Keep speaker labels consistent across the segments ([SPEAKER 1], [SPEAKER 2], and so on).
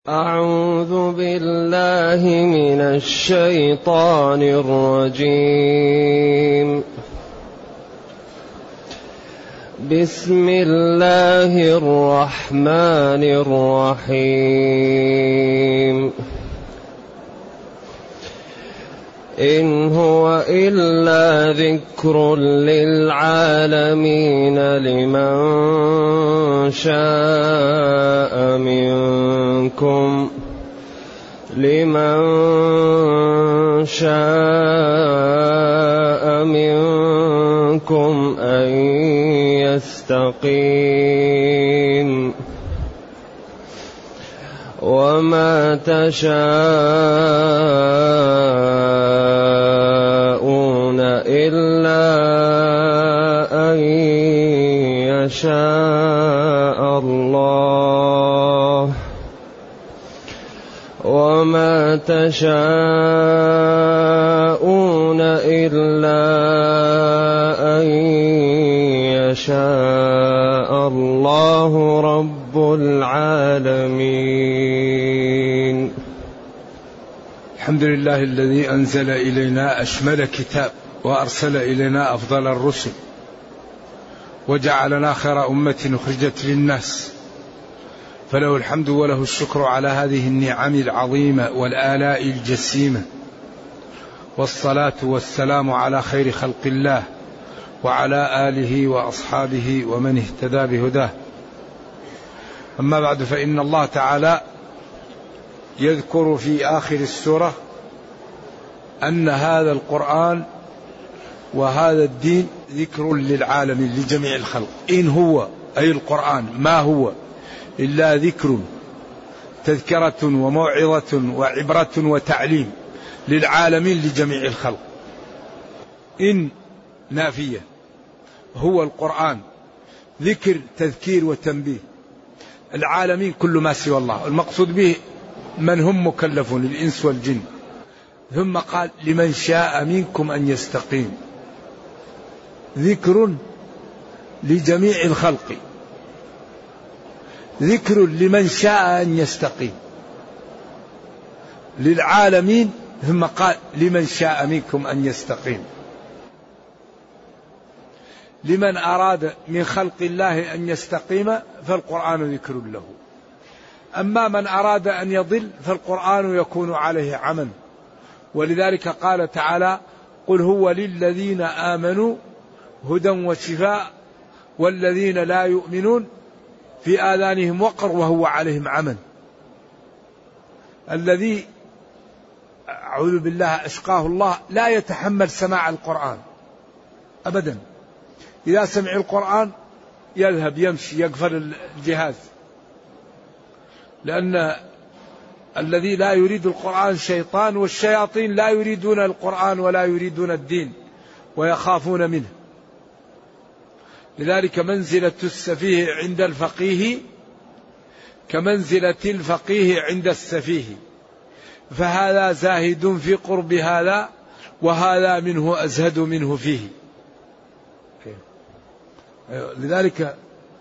[SPEAKER 1] أعوذ بالله من الشيطان الرجيم. بسم الله الرحمن الرحيم. إن هو إلا ذكر للعالمين لمن شاء منكم أن يستقيم وما تشاءون إلا أن يشاء الله وما تشاءون إلا أن يشاء الله رب العالمين.
[SPEAKER 2] الحمد لله الذي أنزل إلينا أشمل كتاب وأرسل إلينا أفضل الرسل وجعلنا خير أمة أخرجت للناس، فله الحمد وله الشكر على هذه النعم العظيمة والآلاء الجسيمة، والصلاة والسلام على خير خلق الله وعلى آله وأصحابه ومن اهتدى بهداه. أما بعد، فإن الله تعالى يذكر في آخر السورة أن هذا القرآن وهذا الدين ذكر للعالمين لجميع الخلق. إن هو أي القرآن ما هو إلا ذكر، تذكرة وموعظة وعبرة وتعليم للعالمين لجميع الخلق. إن نافية، هو القرآن ذكر تذكير وتنبيه العالمين كل ما سوى الله، المقصود به من هم مكلفون الإنس والجن. ثم قال لمن شاء منكم أن يستقيم، ذكر لجميع الخلق، ذكر لمن شاء أن يستقيم للعالمين، ثم قال لمن شاء منكم أن يستقيم. لمن أراد من خلق الله أن يستقيم فالقرآن ذكر له، أما من أراد أن يضل فالقرآن يكون عليه عمى. ولذلك قال تعالى قل هو للذين آمنوا هدى وشفاء والذين لا يؤمنون في آذانهم وقر وهو عليهم عمى. الذي أعوذ بالله أشقاه الله لا يتحمل سماع القرآن أبدا، إذا سمع القرآن يذهب يمشي يقفل الجهاز، لأن الذي لا يريد القرآن شيطان، والشياطين لا يريدون القرآن ولا يريدون الدين ويخافون منه. لذلك منزلة السفيه عند الفقيه كمنزلة الفقيه عند السفيه، فهذا زاهد في قرب هذا وهذا منه أزهد منه فيه. لذلك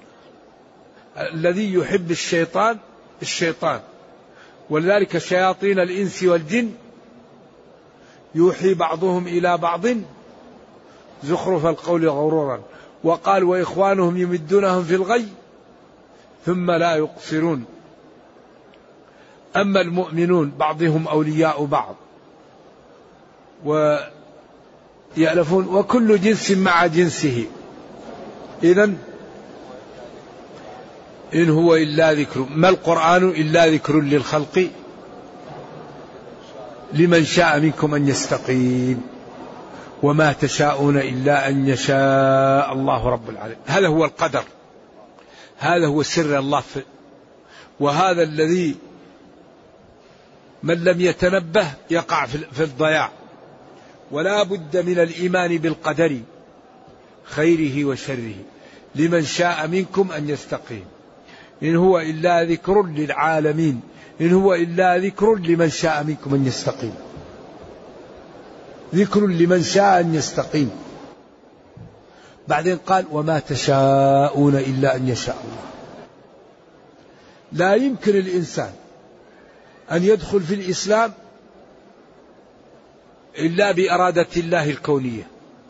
[SPEAKER 2] الذي يحب الشيطان، ولذلك شياطين الإنس والجن يوحي بعضهم إلى بعض زخرف القول غرورا، وقال وإخوانهم يمدونهم في الغي ثم لا يقصرون. أما المؤمنون بعضهم أولياء بعض ويألفون، وكل جنس مع جنسه. إذن إن هو إلا ذكر، ما القرآن إلا ذكر للخلق لمن شاء منكم أن يستقيم وما تشاءون إلا أن يشاء الله رب العالمين. هذا هو القدر، هذا هو سر الله وهذا الذي من لم يتنبه يقع في الضياع. ولا بد من الإيمان بالقدر خيره وشره لمن شاء منكم أن يستقيم. إن هو إلا ذكر للعالمين، إن هو إلا ذكر لمن شاء منكم أن يستقيم، ذكر لمن شاء أن يستقيم. بعدين قال وما تشاءون إلا أن يشاء الله. لا يمكن الإنسان أن يدخل في الإسلام إلا بإرادة الله الكونية،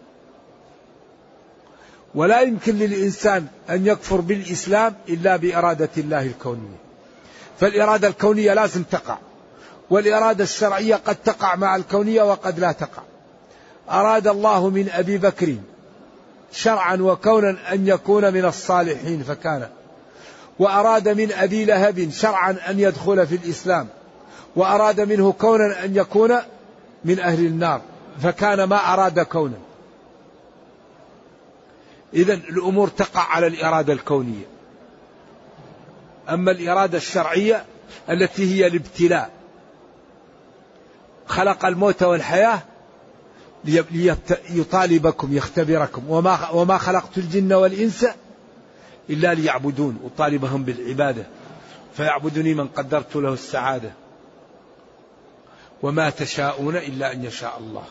[SPEAKER 2] ولا يمكن للإنسان أن يكفر بالإسلام إلا بإرادة الله الكونية. فالإرادة الكونية لازم تقع، والإرادة الشرعية قد تقع مع الكونية وقد لا تقع. أراد الله من أبي بكر شرعا وكونا أن يكون من الصالحين فكان، وأراد من أبي لهب شرعا أن يدخل في الإسلام، وأراد منه كونا أن يكون من أهل النار فكان ما أراد كونا. إذن الأمور تقع على الإرادة الكونية. أما الإرادة الشرعية التي هي الابتلاء، خلق الموت والحياة ليطالبكم يختبركم، وما خلقت الجن والإنس إلا ليعبدون، أطالبهم بالعبادة، فيعبدني من قدرت له السعادة، وما تشاءون إلا أن يشاء الله.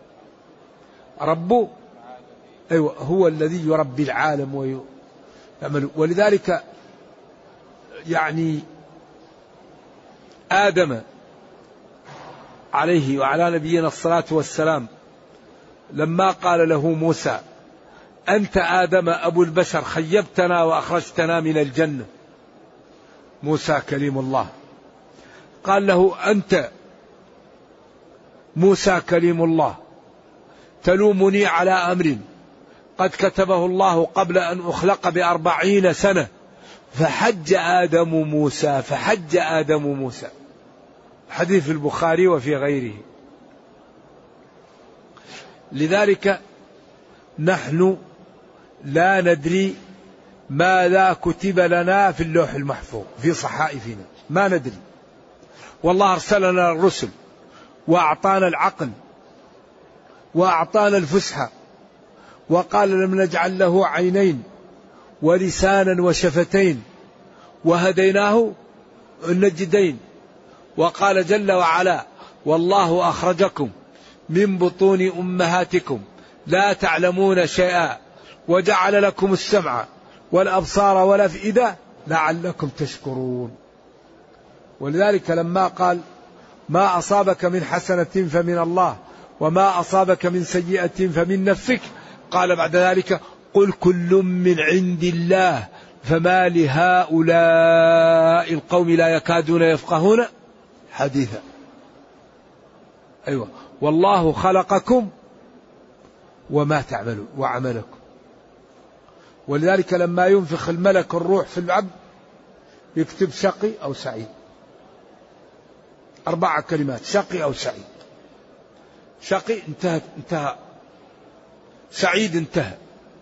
[SPEAKER 2] رب أيوة هو الذي يربي العالم ويعمل. ولذلك يعني آدم عليه وعلى نبينا الصلاة والسلام لما قال له موسى أنت آدم أبو البشر خيبتنا وأخرجتنا من الجنة، موسى كليم الله، قال له أنت موسى كليم الله تلومني على أمر قد كتبه الله قبل أن أخلق ب40 سنة، فحج آدم موسى، حديث البخاري وفي غيره. لذلك نحن لا ندري ماذا كتب لنا في اللوح المحفوظ في صحائفنا، ما ندري. والله أرسلنا الرسل وأعطانا العقل وأعطانا الفسحة، وقال لم نجعل له عينين ولسانا وشفتين وهديناه النجدين. وقال جل وعلا والله أخرجكم من بطون أمهاتكم لا تعلمون شيئا وجعل لكم السمع والأبصار والأفئدة لعلكم تشكرون. ولذلك لما قال ما أصابك من حسنة فمن الله وما أصابك من سيئة فمن نفسك، قال بعد ذلك قل كل من عند الله فما لهؤلاء القوم لا يكادون يفقهون حديثا. أيوة والله خلقكم وما تعملون وعملكم. ولذلك لما ينفخ الملك الروح في العبد يكتب شقي أو سعيد، 4 كلمات، شقي أو سعيد. شقي انتهى، سعيد انتهى.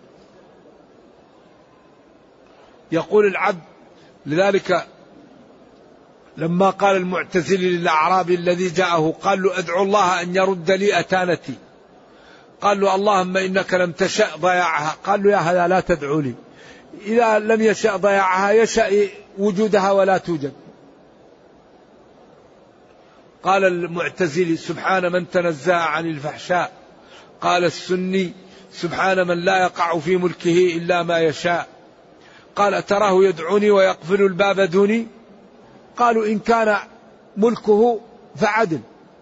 [SPEAKER 2] يقول العبد لذلك لما قال المعتزلي للأعرابي الذي جاءه قال له أدعو الله أن يرد لي أتانتي، قال له اللهم إنك لم تشأ ضياعها، قال له يا هذا لا تدعو لي، إذا لم يشأ ضياعها يشأ وجودها ولا توجد. قال المعتزلي سبحان من تنزه عن الفحشاء، قال السني سبحان من لا يقع في ملكه إلا ما يشاء. قال أتراه يدعوني ويقفل الباب دوني، قالوا إن كان ملكه فعدل،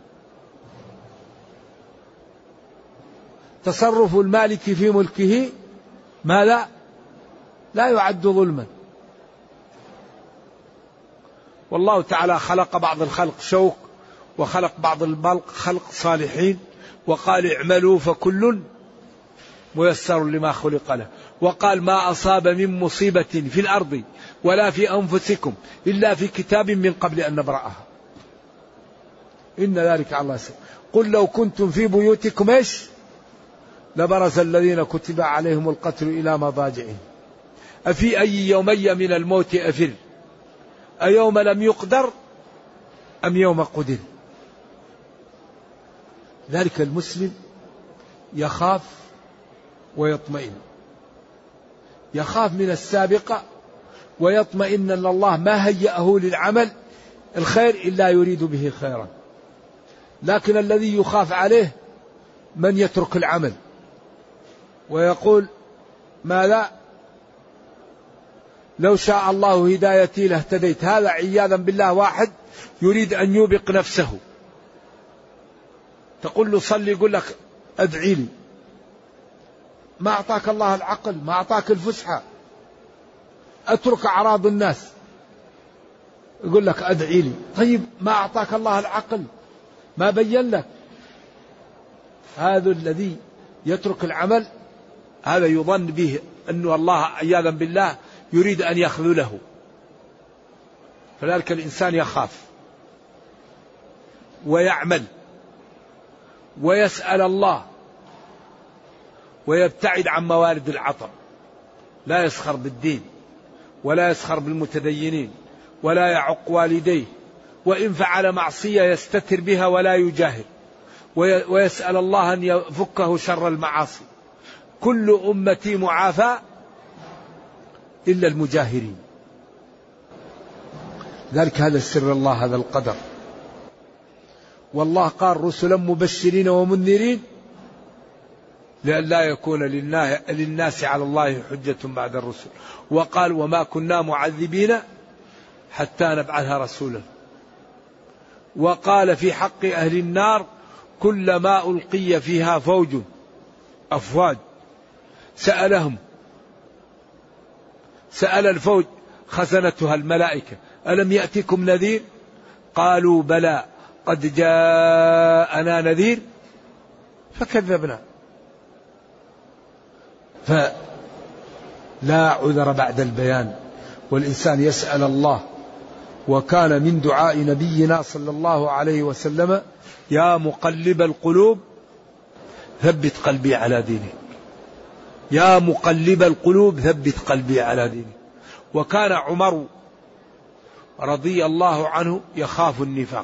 [SPEAKER 2] تصرف المالك في ملكه ماذا لا يعد ظلما. والله تعالى خلق بعض الخلق شوك وخلق بعض الخلق خلق صالحين، وقال اعملوا فكل ميسر لما خلق له، وقال ما أصاب من مصيبة في الأرض ولا في أنفسكم إلا في كتاب من قبل أن نبرأها إن ذلك على الله يسير. قل لو كنتم في بيوتكم إيش لبرز الذين كتب عليهم القتل إلى مضاجعهم أفي أي يومي من الموت أفر أيوم لم يقدر أم يوم قدر. ذلك المسلم يخاف ويطمئن، يخاف من السابقة ويطمئن أن الله ما هيأه للعمل الخير إلا يريد به خيرا. لكن الذي يخاف عليه من يترك العمل ويقول ماذا لو شاء الله هدايتي لاهتديت. هذا عياذا بالله واحد يريد أن يوبق نفسه، تقول له صلي يقول لك أدعي لي. ما أعطاك الله العقل، ما أعطاك الفسحة، أترك أعراض الناس، يقول لك أدعي لي. طيب ما أعطاك الله العقل، ما بين لك. هذا الذي يترك العمل هذا يظن به أن الله عياذا بالله يريد أن يخذله. فذلك الإنسان يخاف ويعمل ويسأل الله ويبتعد عن موارد العطب. لا يسخر بالدين ولا يسخر بالمتدينين ولا يعق والديه، وإن فعل معصية يستتر بها ولا يجاهر، ويسأل الله أن يفكه شر المعاصي. كل أمتي معافى إلا المجاهرين. ذلك هذا سر الله، هذا القدر. والله قال رسلا مبشرين ومنذرين لئلا يكون للناس على الله حجة بعد الرسل. وقال وما كنا معذبين حتى نبعث رسولا. وقال في حق أهل النار كلما ألقي فيها فوج أفواج سأل الفوج خزنتها الملائكة ألم يأتكم نذير؟ قالوا بلى قد جاءنا نذير فكذبنا. فلا عذر بعد البيان، والإنسان يسأل الله. وكان من دعاء نبينا صلى الله عليه وسلم يا مقلب القلوب ثبت قلبي على دينك، يا مقلب القلوب ثبت قلبي على دينك. وكان عمر رضي الله عنه يخاف النفاق،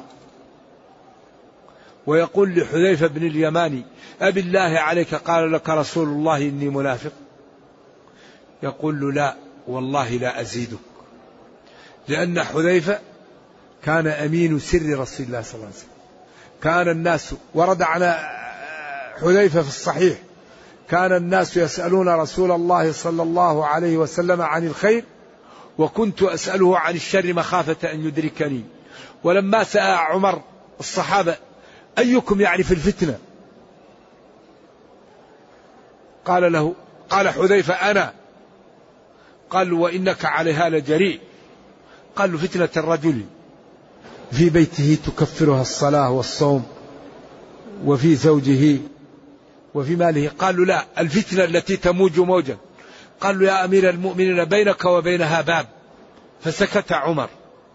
[SPEAKER 2] ويقول لحذيفة بن اليماني أبي الله عليك قال لك رسول الله إني منافق؟ يقول له لا والله لا أزيدك، لأن حذيفة كان أمين سر رسول الله صلى الله عليه وسلم. كان الناس ورد على حذيفة في الصحيح كان الناس يسألون رسول الله صلى الله عليه وسلم عن الخير وكنت أسأله عن الشر مخافة أن يدركني. ولما سأل عمر الصحابة أيكم يعرف الفتنة؟ قال حذيفة أنا. قال وإنك عليها لجريء. قال له فتنة الرجل في بيته تكفرها الصلاة والصوم وفي زوجه وفي ماله. قال له لا الفتنة التي تموج موجا. قال له يا أمير المؤمنين بينك وبينها باب. فسكت عمر.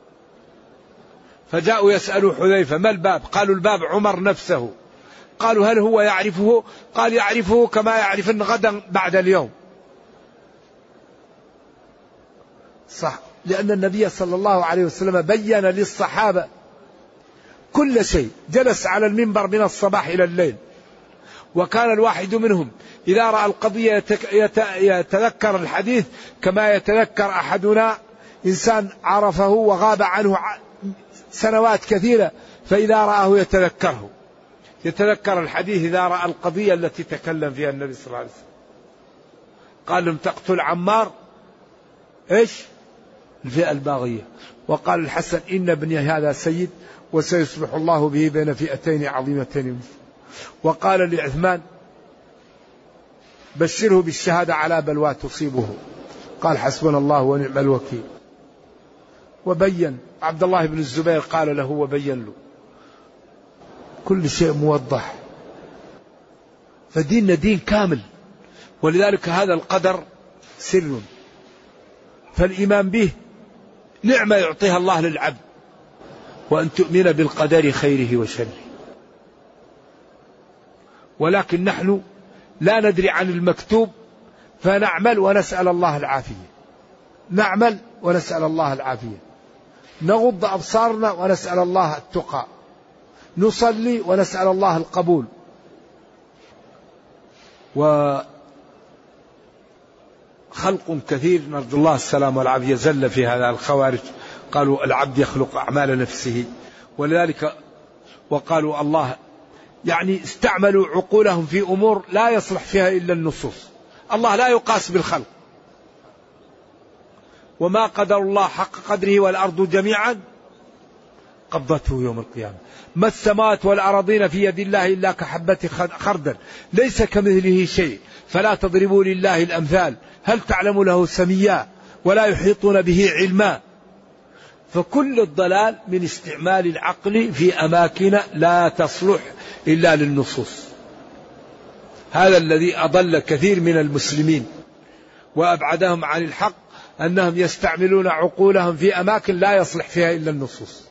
[SPEAKER 2] فجاءوا يسألوا حذيفة ما الباب؟ قالوا الباب عمر نفسه. قالوا هل هو يعرفه؟ قال يعرفه كما يعرفن غدا بعد اليوم. صح، لأن النبي صلى الله عليه وسلم بين للصحابة كل شيء. جلس على المنبر من الصباح إلى الليل، وكان الواحد منهم إذا رأى القضية يتذكر الحديث كما يتذكر أحدنا إنسان عرفه وغاب عنه سنوات كثيرة، فإذا رآه يتذكر الحديث إذا رأى القضية التي تكلم فيها النبي صلى الله عليه وسلم. قال لم تقتل عمار إيش؟ الفئة الباغية. وقال الحسن إن ابني هذا سيد وسيصلح الله به بين فئتين عظيمتين. وقال لعثمان بشره بالشهادة على بلوى تصيبه. قال حسبنا الله ونعم الوكيل. وبين عبد الله بن الزبير قال له وبين له كل شيء موضح. فديننا دين كامل، ولذلك هذا القدر سر، فالإيمان به نعمة يعطيها الله للعبد، وأن تؤمن بالقدر خيره وشره. ولكن نحن لا ندري عن المكتوب فنعمل ونسأل الله العافية، نعمل ونسأل الله العافية، نغض أبصارنا ونسأل الله التقى، نصلي ونسأل الله القبول. وخلق كثير نرجو الله السلام والعافية زل في هذا الخوارج، قالوا العبد يخلق أعمال نفسه، ولذلك وقالوا الله يعني استعملوا عقولهم في أمور لا يصلح فيها إلا النصوص. الله لا يقاس بالخلق، وما قدر الله حق قدره والأرض جميعا قبضته يوم القيامة. ما السماوات والأراضين في يد الله إلا كحبة خردل ليس كمثله شيء فلا تضربوا لله الأمثال هل تعلم له سميا ولا يحيطون به علما. فكل الضلال من استعمال العقل في أماكن لا تصلح إلا للنصوص. هذا الذي أضل كثير من المسلمين وأبعدهم عن الحق، أنهم يستعملون عقولهم في أماكن لا يصلح فيها إلا النصوص.